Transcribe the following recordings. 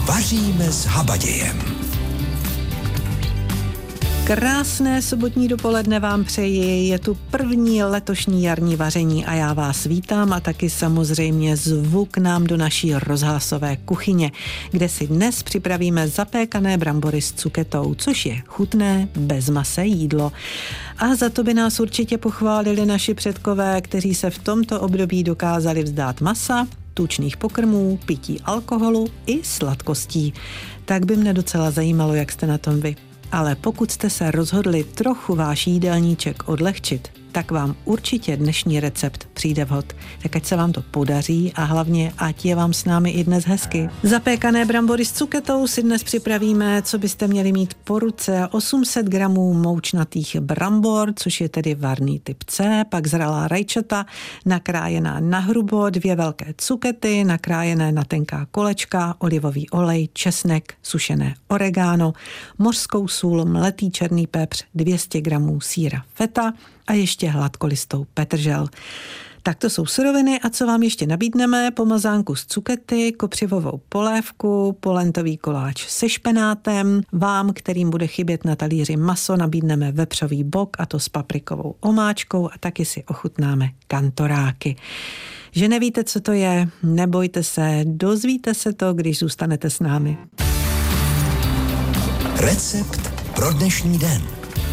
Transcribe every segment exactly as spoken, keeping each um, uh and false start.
Vaříme s habadějem. Krásné sobotní dopoledne vám přeji, je tu první letošní jarní vaření a já vás vítám a taky samozřejmě zvu k nám do naší rozhlasové kuchyně, kde si dnes připravíme zapékané brambory s cuketou, což je chutné, bez mase jídlo. A za to by nás určitě pochválili naši předkové, kteří se v tomto období dokázali vzdát masa, tučných pokrmů, pití alkoholu i sladkostí. Tak by mne docela zajímalo, jak jste na tom vy. Ale pokud jste se rozhodli trochu váš jídelníček odlehčit, tak vám určitě dnešní recept přijde vhod. Tak ať se vám to podaří a hlavně ať je vám s námi i dnes hezky. Zapékané brambory s cuketou si dnes připravíme, co byste měli mít po ruce. osm set gramů moučnatých brambor, což je tedy varný typ C, pak zralá rajčata, nakrájená nahrubo, dvě velké cukety, nakrájené na tenká kolečka, olivový olej, česnek, sušené oregano, mořskou sůl, mletý černý pepř, dvě stě gramů sýra feta a ještě hladkolistou petržel. Tak to jsou suroviny a co vám ještě nabídneme? Pomazánku z cukety, kopřivovou polévku, polentový koláč se špenátem. Vám, kterým bude chybět na talíři maso, nabídneme vepřový bok a to s paprikovou omáčkou a taky si ochutnáme kantoráky. Že nevíte, co to je? Nebojte se, dozvíte se to, když zůstanete s námi. Recept pro dnešní den.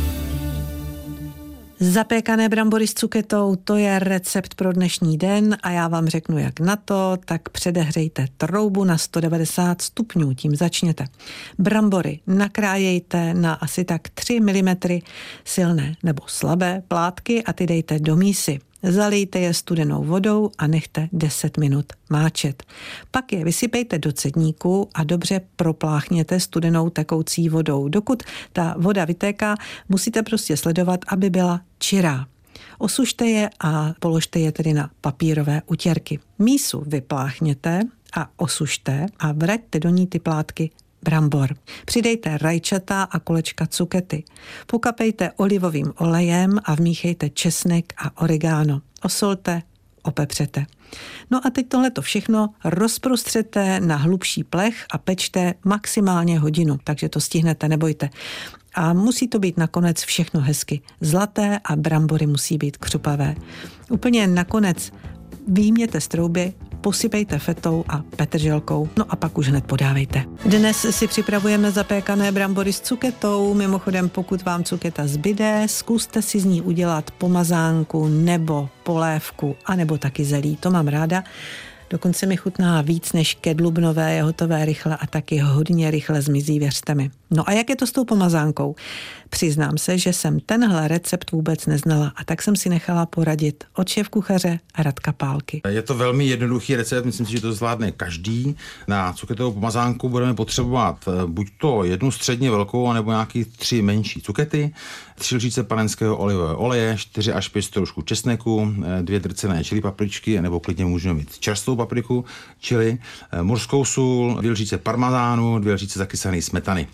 Zapékané brambory s cuketou, to je recept pro dnešní den a já vám řeknu, jak na to, tak předehřejte troubu na sto devadesát stupňů, tím začněte. Brambory nakrájejte na asi tak tři milimetry silné nebo slabé plátky a ty dejte do mísy. Zalijte je studenou vodou a nechte deset minut máčet. Pak je vysypejte do cedníku a dobře propláchněte studenou tekoucí vodou. Dokud ta voda vytéká, musíte prostě sledovat, aby byla čirá. Osušte je a položte je tedy na papírové utěrky. Mísu vypláchněte a osušte a vraťte do ní ty plátky brambor. Přidejte rajčata a kolečka cukety. Pokapejte olivovým olejem a vmíchejte česnek a oregano. Osolte, opepřete. No a teď tohleto všechno rozprostřete na hlubší plech a pečte maximálně hodinu, takže to stihnete, nebojte. A musí to být nakonec všechno hezky zlaté a brambory musí být křupavé. Úplně nakonec vyjměte z trouby, posypejte fetou a petrželkou, no a pak už hned podávejte. Dnes si připravujeme zapékané brambory s cuketou, mimochodem pokud vám cuketa zbyde, zkuste si z ní udělat pomazánku nebo polévku, anebo taky zelí, to mám ráda. Dokonce mi chutná víc než kedlubnové, je hotové rychle a taky hodně rychle zmizí, věřte mi. No a jak je to s tou pomazánkou? Přiznám se, že jsem tenhle recept vůbec neznala a tak jsem si nechala poradit od šéfkuchaře Radka Pálky. Je to velmi jednoduchý recept, myslím si, že to zvládne každý. Na cuketovou pomazánku budeme potřebovat buď to jednu středně velkou, nebo nějaký tři menší cukety, tři lžíce panenského olivového oleje, čtyři až pět stroužků česneku, dvě drcené čili papričky, nebo klidně můžeme mít čerstvou papriku, čili mořskou sůl, dvě lžíce parmazánu, dvě lžíce zakysané smetany.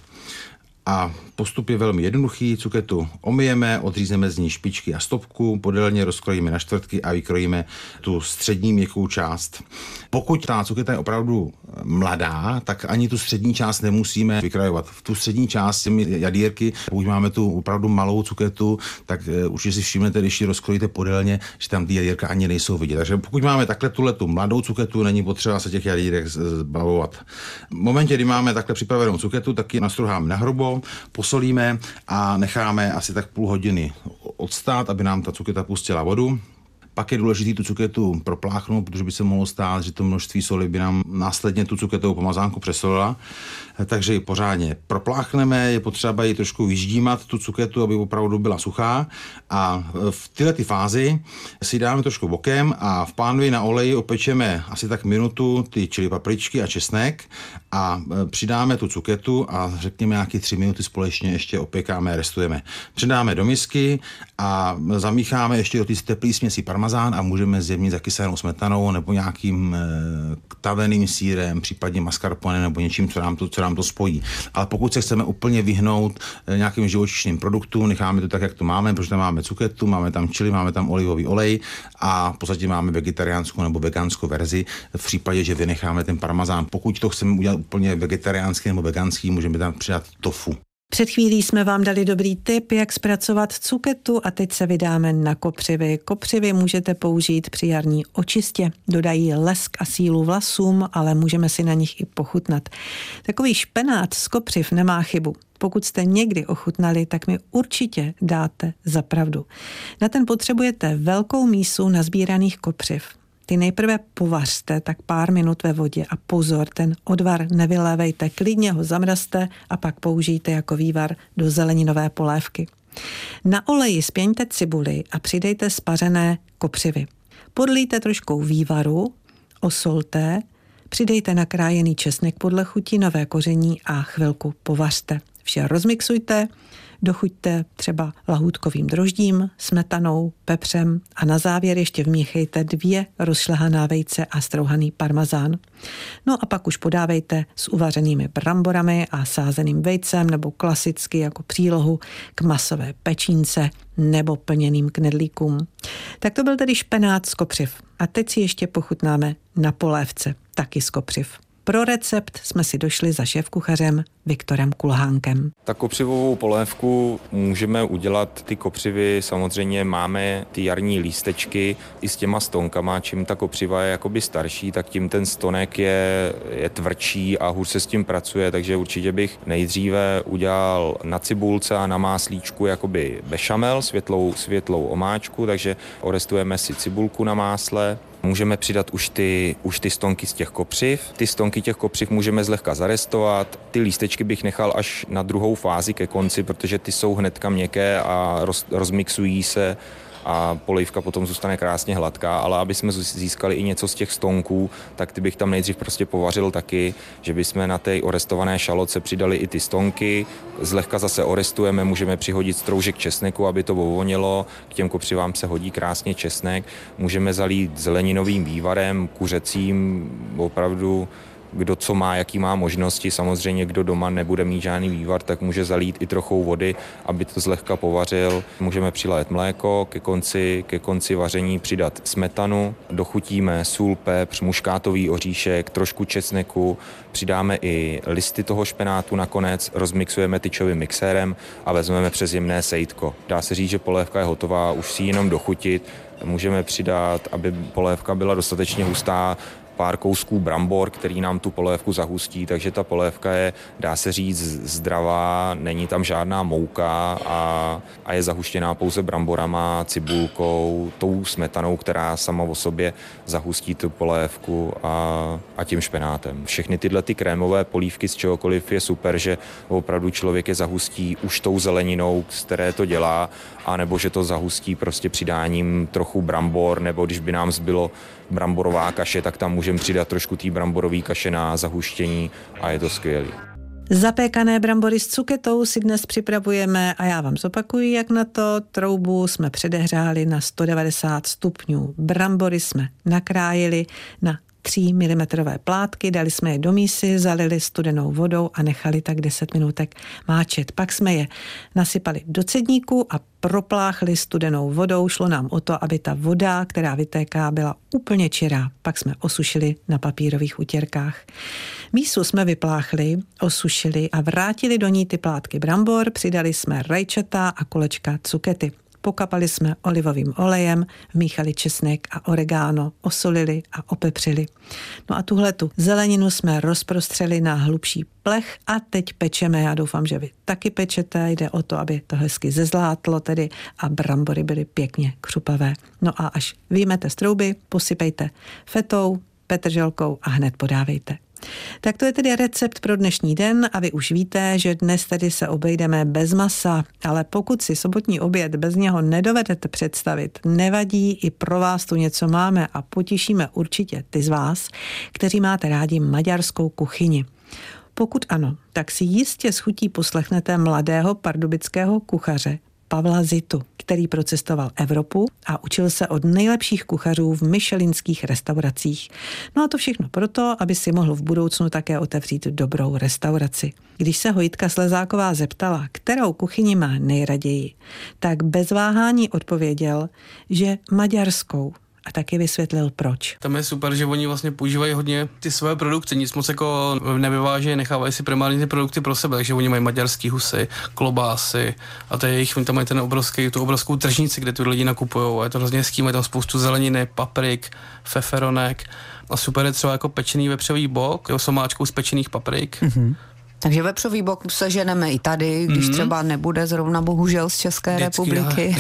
A postup je velmi jednoduchý, cuketu omyjeme, odřízneme z ní špičky a stopku, podélně rozkrojíme na čtvrtky a vykrojíme tu střední měkkou část. Pokud ta cuketa je opravdu mladá, tak ani tu střední část nemusíme vykrajovat. V tu střední část těmi jadírky, pokud máme tu opravdu malou cuketu, tak určitě si všimnete, když ji rozkrojíte podélně, že tam ty jadírka ani nejsou vidět. Takže pokud máme takhle tuhle tu mladou cuketu, není potřeba se těch jadírek zbavovat. V momentě, kdy máme takhle připravenou cuketu, tak ji nastruháme na hrubo, posolíme a necháme asi tak půl hodiny odstát, aby nám ta cuketa pustila vodu. Pak je důležité tu cuketu propláchnout, protože by se mohlo stát, že to množství soli by nám následně tu cuketovou pomazánku přesolila. Takže ji pořádně propláchneme, je potřeba ji trošku vyždímat, tu cuketu, aby opravdu byla suchá. A v této fázi si dáme trošku bokem a v pánvi na oleji opečeme asi tak minutu ty čili papričky a česnek a přidáme tu cuketu a řekněme nějaký tři minuty společně ještě opěkáme, restujeme. Přidáme do misky a zamícháme ještě do té teplé směsi parmazánku parmazán a můžeme zjemnit zakysanou smetanou nebo nějakým e, taveným sýrem, případně mascarpone nebo něčím, co nám to, co nám to spojí. Ale pokud se chceme úplně vyhnout e, nějakým živočišným produktům, necháme to tak, jak to máme, protože tam máme cuketu, máme tam chili, máme tam olivový olej a v podstatě máme vegetariánskou nebo veganskou verzi v případě, že vynecháme ten parmazán. Pokud to chceme udělat úplně vegetariánský nebo veganský, můžeme tam přidat tofu. Před chvílí jsme vám dali dobrý tip, jak zpracovat cuketu a teď se vydáme na kopřivy. Kopřivy můžete použít při jarní očistě. Dodají lesk a sílu vlasům, ale můžeme si na nich i pochutnat. Takový špenát z kopřiv nemá chybu. Pokud jste někdy ochutnali, tak mi určitě dáte za pravdu. Na ten potřebujete velkou mísu nazbíraných kopřiv. Ty nejprve povařte tak pár minut ve vodě a pozor, ten odvar nevylévejte, klidně ho zamrazte a pak použijte jako vývar do zeleninové polévky. Na oleji spěňte cibuli a přidejte spařené kopřivy. Podlijte troškou vývaru, osolte, přidejte nakrájený česnek podle chuti, nové koření a chvilku povařte. Vše rozmixujte, dochuťte třeba lahůdkovým droždím, smetanou, pepřem a na závěr ještě vmíchejte dvě rozšlehaná vejce a strouhaný parmazán. No a pak už podávejte s uvařenými bramborami a sázeným vejcem nebo klasicky jako přílohu k masové pečínce nebo plněným knedlíkům. Tak to byl tedy špenát z kopřiv. A teď si ještě pochutnáme na polévce, taky z kopřiv. Pro recept jsme si došli za šéfkuchařem Viktorem Kulhánkem. Tak kopřivovou polévku můžeme udělat, ty kopřivy, samozřejmě máme ty jarní lístečky i s těma stonkama, čím ta kopřiva je jakoby starší, tak tím ten stonek je, je tvrdší a hůř se s tím pracuje, takže určitě bych nejdříve udělal na cibulce a na máslíčku jakoby bešamel, světlou, světlou omáčku, takže orestujeme si cibulku na másle. Můžeme přidat už ty, už ty stonky z těch kopřiv. Ty stonky těch kopřiv můžeme zlehka zarestovat. Ty lístečky bych nechal až na druhou fázi ke konci, protože ty jsou hnedka měkké a roz, rozmixují se a polívka potom zůstane krásně hladká, ale aby jsme získali i něco z těch stonků, tak ty bych tam nejdřív prostě povařil taky, že bychom na té orestované šalotce přidali i ty stonky, zlehka zase orestujeme, můžeme přihodit stroužek česneku, aby to ovonilo, k těm kopřivám se hodí krásně česnek, můžeme zalít zeleninovým vývarem, kuřecím, opravdu kdo co má, jaký má možnosti. Samozřejmě, kdo doma nebude mít žádný vývar, tak může zalít i trochou vody, aby to zlehka povařil. Můžeme přilét mléko, ke konci, ke konci vaření přidat smetanu, dochutíme sůl, pepř, muškátový oříšek, trošku česneku, přidáme i listy toho špenátu nakonec, rozmixujeme tyčovým mixérem a vezmeme přes jemné sejtko. Dá se říct, že polévka je hotová, už si jenom dochutit. Můžeme přidat, aby polévka byla dostatečně hustá, pár kousků brambor, který nám tu polévku zahustí, takže ta polévka je, dá se říct, zdravá, není tam žádná mouka a, a je zahuštěná pouze bramborama, cibulkou, tou smetanou, která sama o sobě zahustí tu polévku a, a tím špenátem. Všechny tyhle ty krémové polívky z čehokoliv je super, že opravdu člověk je zahustí už tou zeleninou, z které to dělá, anebo že to zahustí prostě přidáním trochu brambor, nebo když by nám zbylo bramborová kaše, tak tam můžeme přidat trošku té bramborové kaše na zahuštění a je to skvělý. Zapékané brambory s cuketou si dnes připravujeme a já vám zopakuji, jak na to. Troubu jsme předehřáli na sto devadesát stupňů. Brambory jsme nakrájeli na tři milimetrové plátky, dali jsme je do mísy, zalili studenou vodou a nechali tak deset minutek máčet. Pak jsme je nasypali do cedníku a propláchli studenou vodou. Šlo nám o to, aby ta voda, která vytéká, byla úplně čirá. Pak jsme osušili na papírových utěrkách. Mísu jsme vypláchli, osušili a vrátili do ní ty plátky brambor, přidali jsme rajčata a kolečka cukety. Pokapali jsme olivovým olejem, vmíchali česnek a oregano, osolili a opepřili. No a tuhletu zeleninu jsme rozprostřeli na hlubší plech a teď pečeme. Já doufám, že vy taky pečete. Jde o to, aby to hezky zezlátlo tedy a brambory byly pěkně křupavé. No a až vyjmete z trouby, posypejte fetou, petrželkou a hned podávejte. Tak to je tedy recept pro dnešní den a vy už víte, že dnes tedy se obejdeme bez masa, ale pokud si sobotní oběd bez něho nedovedete představit, nevadí, i pro vás tu něco máme a potěšíme určitě ty z vás, kteří máte rádi maďarskou kuchyni. Pokud ano, tak si jistě s chutí poslechnete mladého pardubického kuchaře Pavla Zitu, který procestoval Evropu a učil se od nejlepších kuchařů v michelinských restauracích. No a to všechno proto, aby si mohl v budoucnu také otevřít dobrou restauraci. Když se ho Jitka Slezáková zeptala, kterou kuchyni má nejraději, tak bez váhání odpověděl, že maďarskou. A taky vysvětlil proč. Tam je super, že oni vlastně používají hodně ty své produkty, nic moc jako nevyvážejí, nechávají si primárně ty produkty pro sebe, takže oni mají maďarský husy, klobásy a to je jejich, oni tam mají ten obrovský, tu obrovskou tržnici, kde tu lidi nakupujou a je to hrozně hezký, mají tam spoustu zeleniny, paprik, feferonek a super je třeba jako pečený vepřový bok, s omáčkou z pečených paprik. Mm-hmm. Takže vepřový bok seženeme i tady, když mm. třeba nebude zrovna bohužel z České vždycky, republiky.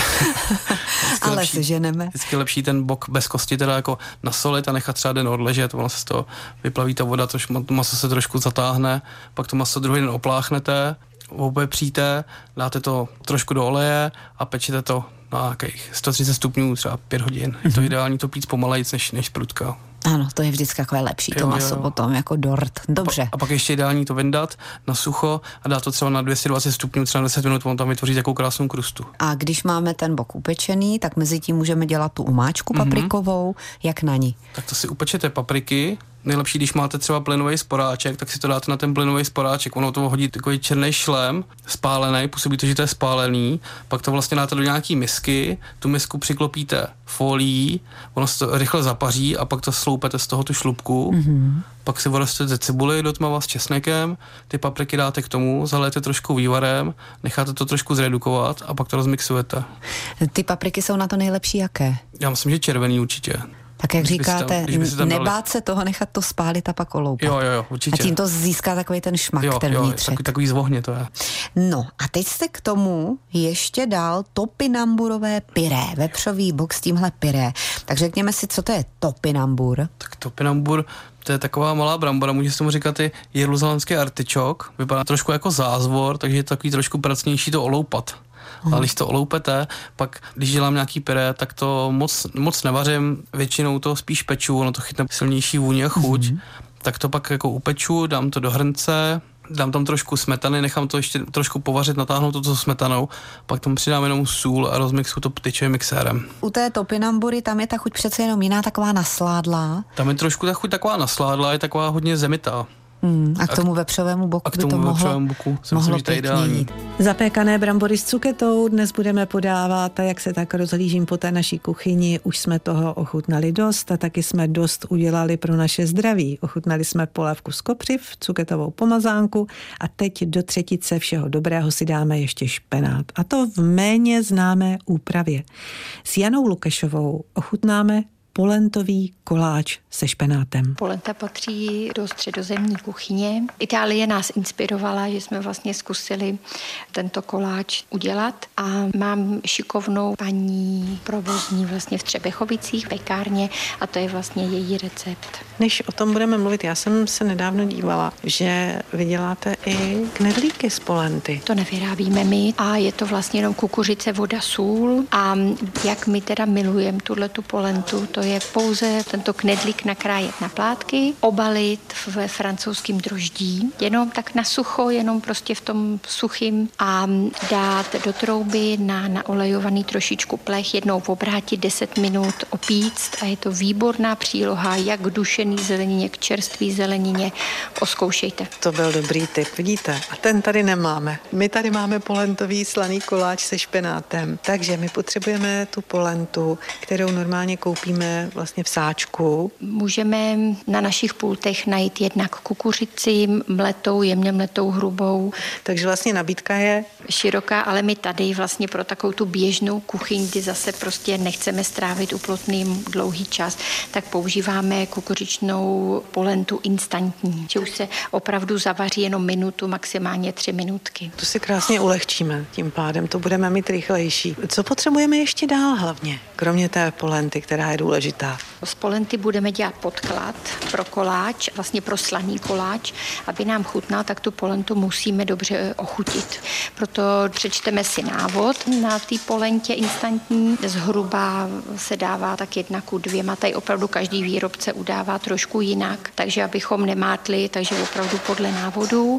Ale lepší, seženeme. Vždycky lepší ten bok bez kosti teda jako nasolit a nechat třeba den odležet, ono se z toho vyplaví ta voda, což maso se trošku zatáhne, pak to maso druhý den opláchnete, opepříte, dáte to trošku do oleje a pečete to na nějakých sto třicet stupňů, třeba pět hodin. Mm-hmm. Je to ideální to pít pomalejc než, než prutka. Ano, to je vždycky takové lepší, to jo, maso jo. Potom jako dort. Dobře. A, a pak ještě ideální to vyndat na sucho a dát to třeba na dvě stě dvacet stupňů, třeba na deset minut, on tam vytvoří takovou krásnou krustu. A když máme ten bok upečený, tak mezi tím můžeme dělat tu omáčku paprikovou, mm-hmm. jak na ní? Tak to si upečete papriky. Nejlepší, když máte třeba plynový sporáček, tak si to dáte na ten plynový sporáček. Ono to hodí takový černý šlém, spálený, působí to, že to je spálený. Pak to vlastně dáte do nějaký misky, tu misku přiklopíte folií, ono se to rychle zapaří a pak to sloupete z toho tu šlupku. Mm-hmm. Pak si vorostete cibuli do tmava s česnekem, ty papriky dáte k tomu, zalijete trošku vývarem, necháte to trošku zredukovat a pak to rozmixujete. Ty papriky jsou na to nejlepší jaké? Já myslím, že červený určitě. Tak jak říkáte, tam, nebát dali... se toho, nechat to spálit a pak oloupat. Jo, jo, jo, určitě. A tím to získá takový ten šmak, jo, ten jo, vnitřek. Takový, takový zvohně to je. No a teď jste k tomu ještě dal topinamburové pyré, vepřový bok s tímhle pyré. Tak řekněme si, co to je topinambur? Tak topinambur, to je taková malá brambora, může se tomu říkat i jeruzalémský artičok. Vypadá trošku jako zázvor, takže je takový trošku pracnější to oloupat. Ale když to oloupete, pak když dělám nějaký pyré, tak to moc, moc nevařím, většinou to spíš peču, ono to chytne silnější vůně a chuť, mm-hmm. tak to pak jako upeču, dám to do hrnce, dám tam trošku smetany, nechám to ještě trošku povařit, natáhnout to co smetanou, pak tam přidám jenom sůl a rozmixu to tyčovým mixérem. U té topinambury tam je ta chuť přece jenom jiná, taková nasládlá. Tam je trošku ta chuť taková nasládlá, je taková hodně zemitá. Hmm, a k tomu vepřovému boku by to mohlo, boku, mohlo pěkně jít. Zapékané brambory s cuketou dnes budeme podávat a jak se tak rozhlížím po té naší kuchyni, už jsme toho ochutnali dost a taky jsme dost udělali pro naše zdraví. Ochutnali jsme polévku z kopřiv, cuketovou pomazánku a teď do třetice všeho dobrého si dáme ještě špenát. A to v méně známé úpravě. S Janou Lukešovou ochutnáme polentový koláč se špenátem. Polenta patří do středozemní kuchyně. Itálie nás inspirovala, že jsme vlastně zkusili tento koláč udělat a mám šikovnou paní provozní vlastně v Třebechovicích, pekárně a to je vlastně její recept. Než o tom budeme mluvit, já jsem se nedávno dívala, že vy děláte i knedlíky z polenty. To nevyrábíme my a je to vlastně jenom kukuřice, voda, sůl a jak my teda milujeme tuhletu polentu, to je pouze tento knedlík nakrájet na plátky, obalit ve francouzském droždí, jenom tak na sucho, jenom prostě v tom suchým a dát do trouby na naolejovaný trošičku plech, jednou obrátit deset minut, opíct a je to výborná příloha, jak k dušený zelenině, k čerstvý zelenině. Oskoušejte. To byl dobrý tip, vidíte? A ten tady nemáme. My tady máme polentový slaný koláč se špenátem, takže my potřebujeme tu polentu, kterou normálně koupíme vlastně v sáčku. Můžeme na našich pultech najít jednak kukuřici mletou, jemně mletou, hrubou. Takže vlastně nabídka je široká, ale my tady vlastně pro takovou tu běžnou kuchyň, kdy zase prostě nechceme strávit uplotným dlouhý čas, tak používáme kukuřičnou polentu instantní, že už se opravdu zavaří jenom minutu, maximálně tři minutky. To si krásně ulehčíme, tím pádem to budeme mít rychlejší. Co potřebujeme ještě dál hlavně, kromě té polenty, která je důležitá? Z polenty budeme dělat podklad pro koláč, vlastně pro slaný koláč. Aby nám chutnal, tak tu polentu musíme dobře ochutit. Proto přečteme si návod na té polentě instantní. Zhruba se dává tak jedna ku dvěma. Tady opravdu každý výrobce udává trošku jinak, takže abychom nemátli, takže opravdu podle návodů.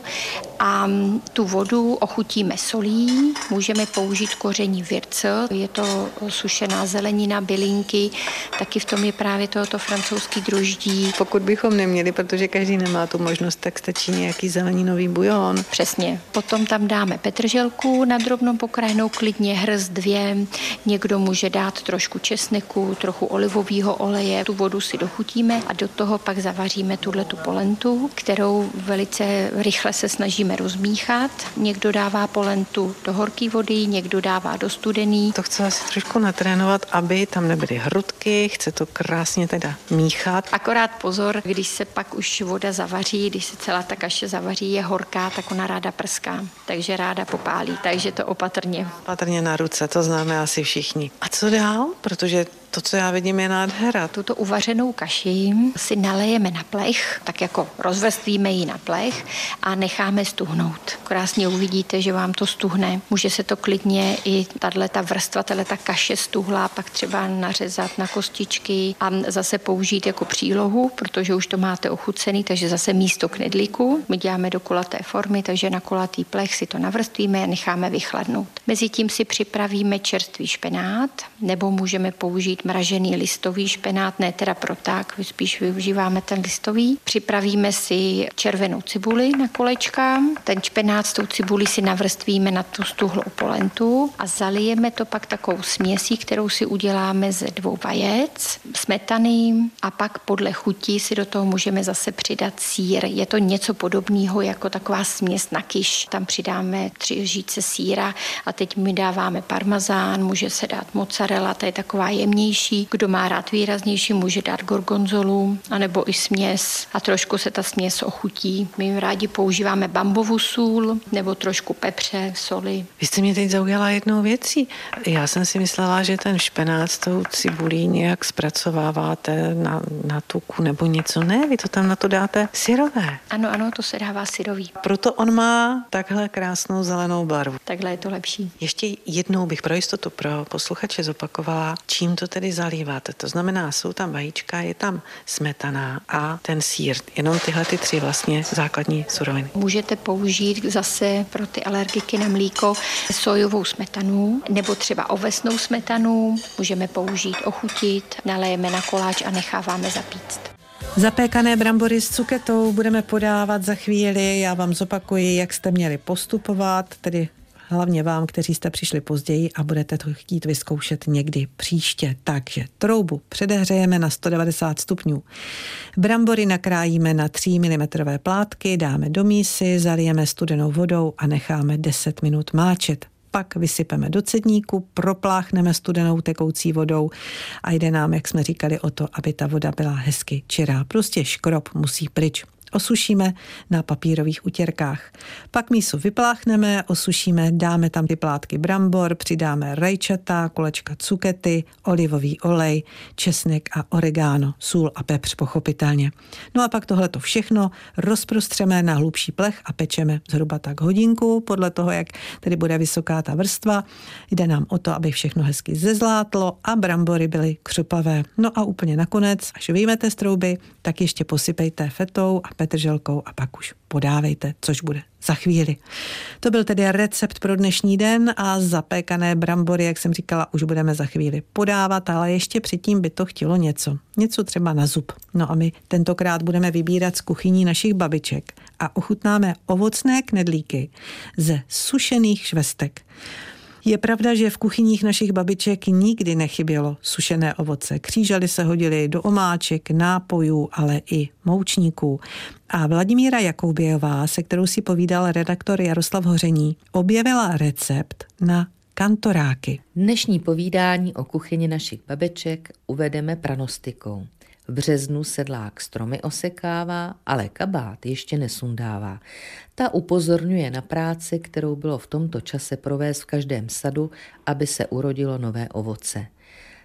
A tu vodu ochutíme solí, můžeme použít koření vircel, je to sušená zelenina, bylinky, taky v tom je právě tohoto francouzský droždí. Pokud bychom neměli, protože každý nemá tu možnost, tak stačí nějaký zeleninový bujon. Přesně. Potom tam dáme petrželku na drobnou pokrájenou, klidně hrst dvě. Někdo může dát trošku česneku, trochu olivového oleje. Tu vodu si dochutíme a do toho pak zavaříme tuhletu polentu, kterou velice rychle se snažíme rozmíchat. Někdo dává polentu do horké vody, někdo dává do studený. To chce asi trošku natrénovat, aby tam nebyly hrudky, chce to krásně teda míchat. Akorát pozor, když se pak už voda zavaří, když se celá ta kaše zavaří, je horká, tak ona ráda prská, takže ráda popálí, takže to opatrně. Opatrně na ruce, to známe asi všichni. A co dál? Protože to, co já vidím, je nádhera. Tuto uvařenou kaši si nalejeme na plech, tak jako rozvrstvíme ji na plech a necháme stuhnout. Krásně uvidíte, že vám to stuhne. Může se to klidně i tato vrstva, tato kaše stuhlá, pak třeba nařezat na kostičky a zase použít jako přílohu, protože už to máte ochucený, takže zase místo knedlíku. My děláme do kulaté formy, takže na kulatý plech si to navrstvíme a necháme vychladnout. Mezitím si připravíme čerstvý špenát, nebo můžeme použít mražený listový špenát, ne teda proták, spíš využíváme ten listový. Připravíme si červenou cibuli na kolečka, ten špenát s tou cibulí si navrstvíme na tu stuhlou polentu a zalijeme to pak takovou směsí, kterou si uděláme ze dvou vajec, smetany a pak podle chuti si do toho můžeme zase přidat sýr. Je to něco podobného jako taková směs na kyš. Tam přidáme tři lžíce sýra a teď my dáváme parmazán, může se dát mozzarella, ta je taková jemnější. Kdo má rád výraznější, může dát gorgonzolu anebo i směs a trošku se ta směs ochutí. My rádi používáme bambovou sůl nebo trošku pepře, soli. Vy jste mě teď zaujala jednou věcí. Já jsem si myslela, že ten špenát s tou cibulí nějak zpracováváte na, na tuku nebo něco. Ne, vy to tam na to dáte syrové. Ano, ano, to se dává syrový. Proto on má takhle krásnou zelenou barvu. Takhle je to lepší. Ještě jednou bych pro jistotu pro posluchače zopakovala, čím to tedy zalíváte. To znamená, jsou tam vajíčka, je tam smetana a ten sýr. Jenom tyhle ty tři vlastně základní suroviny. Můžete použít zase pro ty alergiky na mlíko sojovou smetanu nebo třeba ovesnou smetanu. Můžeme použít, ochutit, nalejeme na koláč a necháváme zapíct. Zapékané brambory s cuketou budeme podávat za chvíli. Já vám zopakuji, jak jste měli postupovat, tedy hlavně vám, kteří jste přišli později a budete to chtít vyzkoušet někdy příště. Takže troubu předehřejeme na sto devadesát stupňů. Brambory nakrájíme na tři milimetrové plátky, dáme do mísy, zalijeme studenou vodou a necháme deset minut máčet. Pak vysypeme do cedníku, propláchneme studenou tekoucí vodou a jde nám, jak jsme říkali, o to, aby ta voda byla hezky čirá. Prostě škrob musí pryč. Osušíme na papírových utěrkách. Pak mísu vypláchneme, osušíme, dáme tam ty plátky brambor, přidáme rajčata, kolečka cukety, olivový olej, česnek a oregano, sůl a pepř pochopitelně. No a pak tohleto všechno rozprostřeme na hlubší plech a pečeme zhruba tak hodinku, podle toho, jak tedy bude vysoká ta vrstva. Jde nám o to, aby všechno hezky zezlátlo a brambory byly křupavé. No a úplně nakonec, až vyjmete z trouby, tak ještě posypejte fetou a petrželkou a pak už podávejte, což bude za chvíli. To byl tedy recept pro dnešní den a zapékané brambory, jak jsem říkala, už budeme za chvíli podávat, ale ještě předtím by to chtělo něco. Něco třeba na zub. No a my tentokrát budeme vybírat z kuchyní našich babiček a ochutnáme ovocné knedlíky ze sušených švestek. Je pravda, že v kuchyních našich babiček nikdy nechybělo sušené ovoce. Křížaly se hodily do omáček, nápojů, ale i moučníků. A Vladimíra Jakoubějová, se kterou si povídal redaktor Jaroslav Hoření, objevila recept na kantoráky. Dnešní povídání o kuchyni našich babiček uvedeme pranostikou. V březnu sedlák stromy osekává, ale kabát ještě nesundává. Ta upozorňuje na práci, kterou bylo v tomto čase provést v každém sadu, aby se urodilo nové ovoce.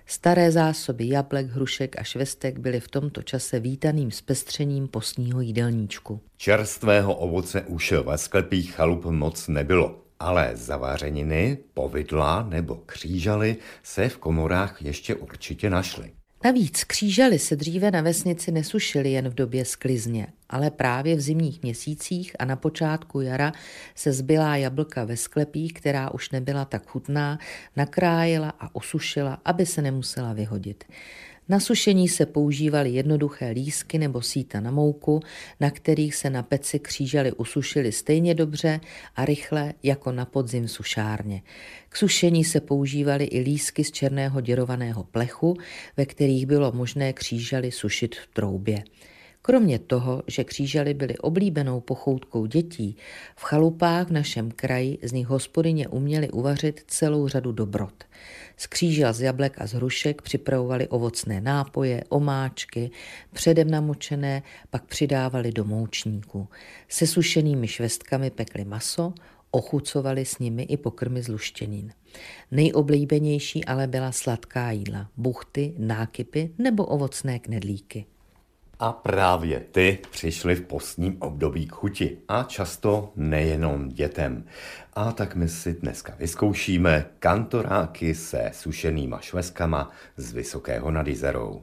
Staré zásoby jablek, hrušek a švestek byly v tomto čase vítaným zpestřením postního jídelníčku. Čerstvého ovoce už ve sklepích chalup moc nebylo, ale zavařeniny, povidla nebo křížaly se v komorách ještě určitě našly. Navíc křížaly se dříve na vesnici nesušily jen v době sklizně, ale právě v zimních měsících a na počátku jara se zbylá jablka ve sklepích, která už nebyla tak chutná, nakrájela a usušila, aby se nemusela vyhodit. Na sušení se používaly jednoduché lísky nebo síta na mouku, na kterých se na peci křížaly usušily stejně dobře a rychle jako na podzim v sušárně. K sušení se používaly i lísky z černého děrovaného plechu, ve kterých bylo možné křížaly sušit v troubě. Kromě toho, že křížaly byly oblíbenou pochoutkou dětí, v chalupách v našem kraji z nich hospodyně uměly uvařit celou řadu dobrot. Z křížel z jablek a z hrušek připravovali ovocné nápoje, omáčky, předem namočené, pak přidávali do moučníku. Se sušenými švestkami pekli maso, ochucovali s nimi i pokrmy z luštěnin. Nejoblíbenější ale byla sladká jídla, buchty, nákypy nebo ovocné knedlíky. A právě ty přišly v postním období k chuti a často nejenom dětem. A tak my si dneska vyzkoušíme kantoráky se sušenýma švestkama z Vysokého nad Jizerou.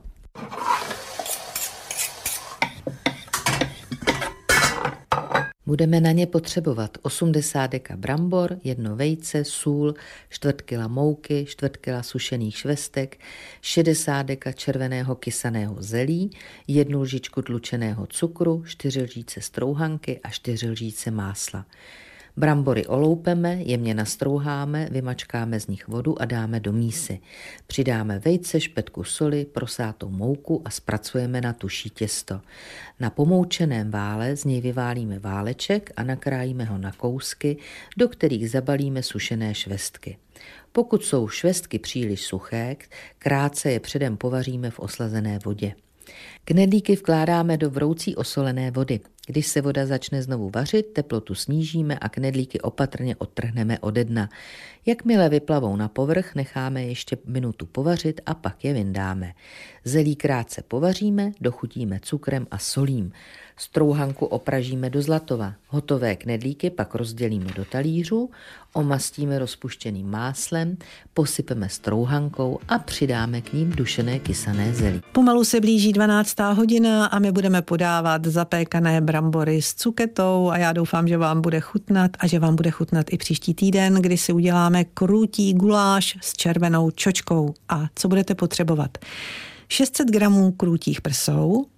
Budeme na ně potřebovat osmdesát deka brambor, jedno vejce, sůl, čtvrt kila mouky, čtvrt kila sušených švestek, šedesát deka červeného kysaného zelí, jednu lžičku tlučeného cukru, čtyři lžíce strouhanky a čtyři lžíce másla. Brambory oloupeme, jemně nastrouháme, vymačkáme z nich vodu a dáme do mísy. Přidáme vejce, špetku soli, prosátou mouku a zpracujeme na tuší těsto. Na pomoučeném vále z něj vyválíme váleček a nakrájíme ho na kousky, do kterých zabalíme sušené švestky. Pokud jsou švestky příliš suché, krátce je předem povaříme v oslazené vodě. Knedlíky vkládáme do vroucí osolené vody. Když se voda začne znovu vařit, teplotu snížíme a knedlíky opatrně odtrhneme ode dna. Jakmile vyplavou na povrch, necháme ještě minutu povařit a pak je vyndáme. Zelí krátce povaříme, dochutíme cukrem a solím. Strouhanku opražíme do zlatova. Hotové knedlíky pak rozdělíme do talířů, omastíme rozpuštěným máslem, posypeme strouhankou a přidáme k ním dušené kysané zelí. Pomalu se blíží dvanáctá hodina a my budeme podávat zapékané brambory s cuketou a já doufám, že vám bude chutnat a že vám bude chutnat i příští týden, kdy si uděláme krůtí guláš s červenou čočkou. A co budete potřebovat? šest set gramů krůtích prsou,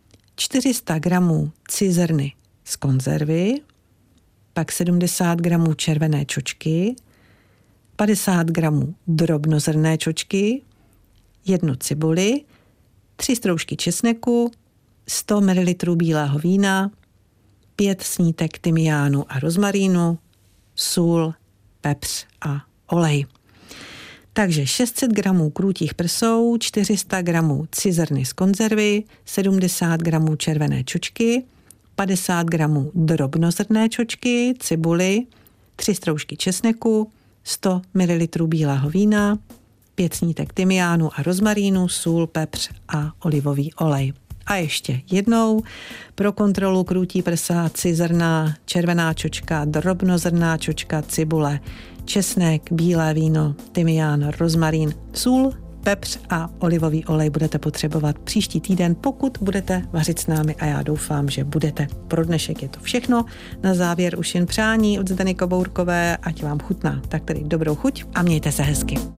čtyři sta gramů cizrny z konzervy, pak sedmdesát gramů červené čočky, padesát gramů drobnozrnné čočky, jednu cibuli, tři stroužky česneku, sto mililitrů bílého vína, pět snítek tymiánu a rozmarínu, sůl, pepř a olej. Takže šest set gramů krůtích prsou, čtyři sta gramů cizrny z konzervy, sedmdesát gramů červené čočky, padesát gramů drobnozrnné čočky, cibuli, tři stroužky česneku, sto mililitrů bílého vína, pět snítek tymiánu a rozmarínu, sůl, pepř a olivový olej. A ještě jednou pro kontrolu krůtí prsa, cizrna, červená čočka, drobnozrnná čočka, cibule, česnek, bílé víno, tymián, rozmarín, sůl, pepř a olivový olej budete potřebovat příští týden, pokud budete vařit s námi a já doufám, že budete. Pro dnešek je to všechno. Na závěr už jen přání od Zdeny Kobourkové, ať vám chutná. Tak tedy dobrou chuť a mějte se hezky.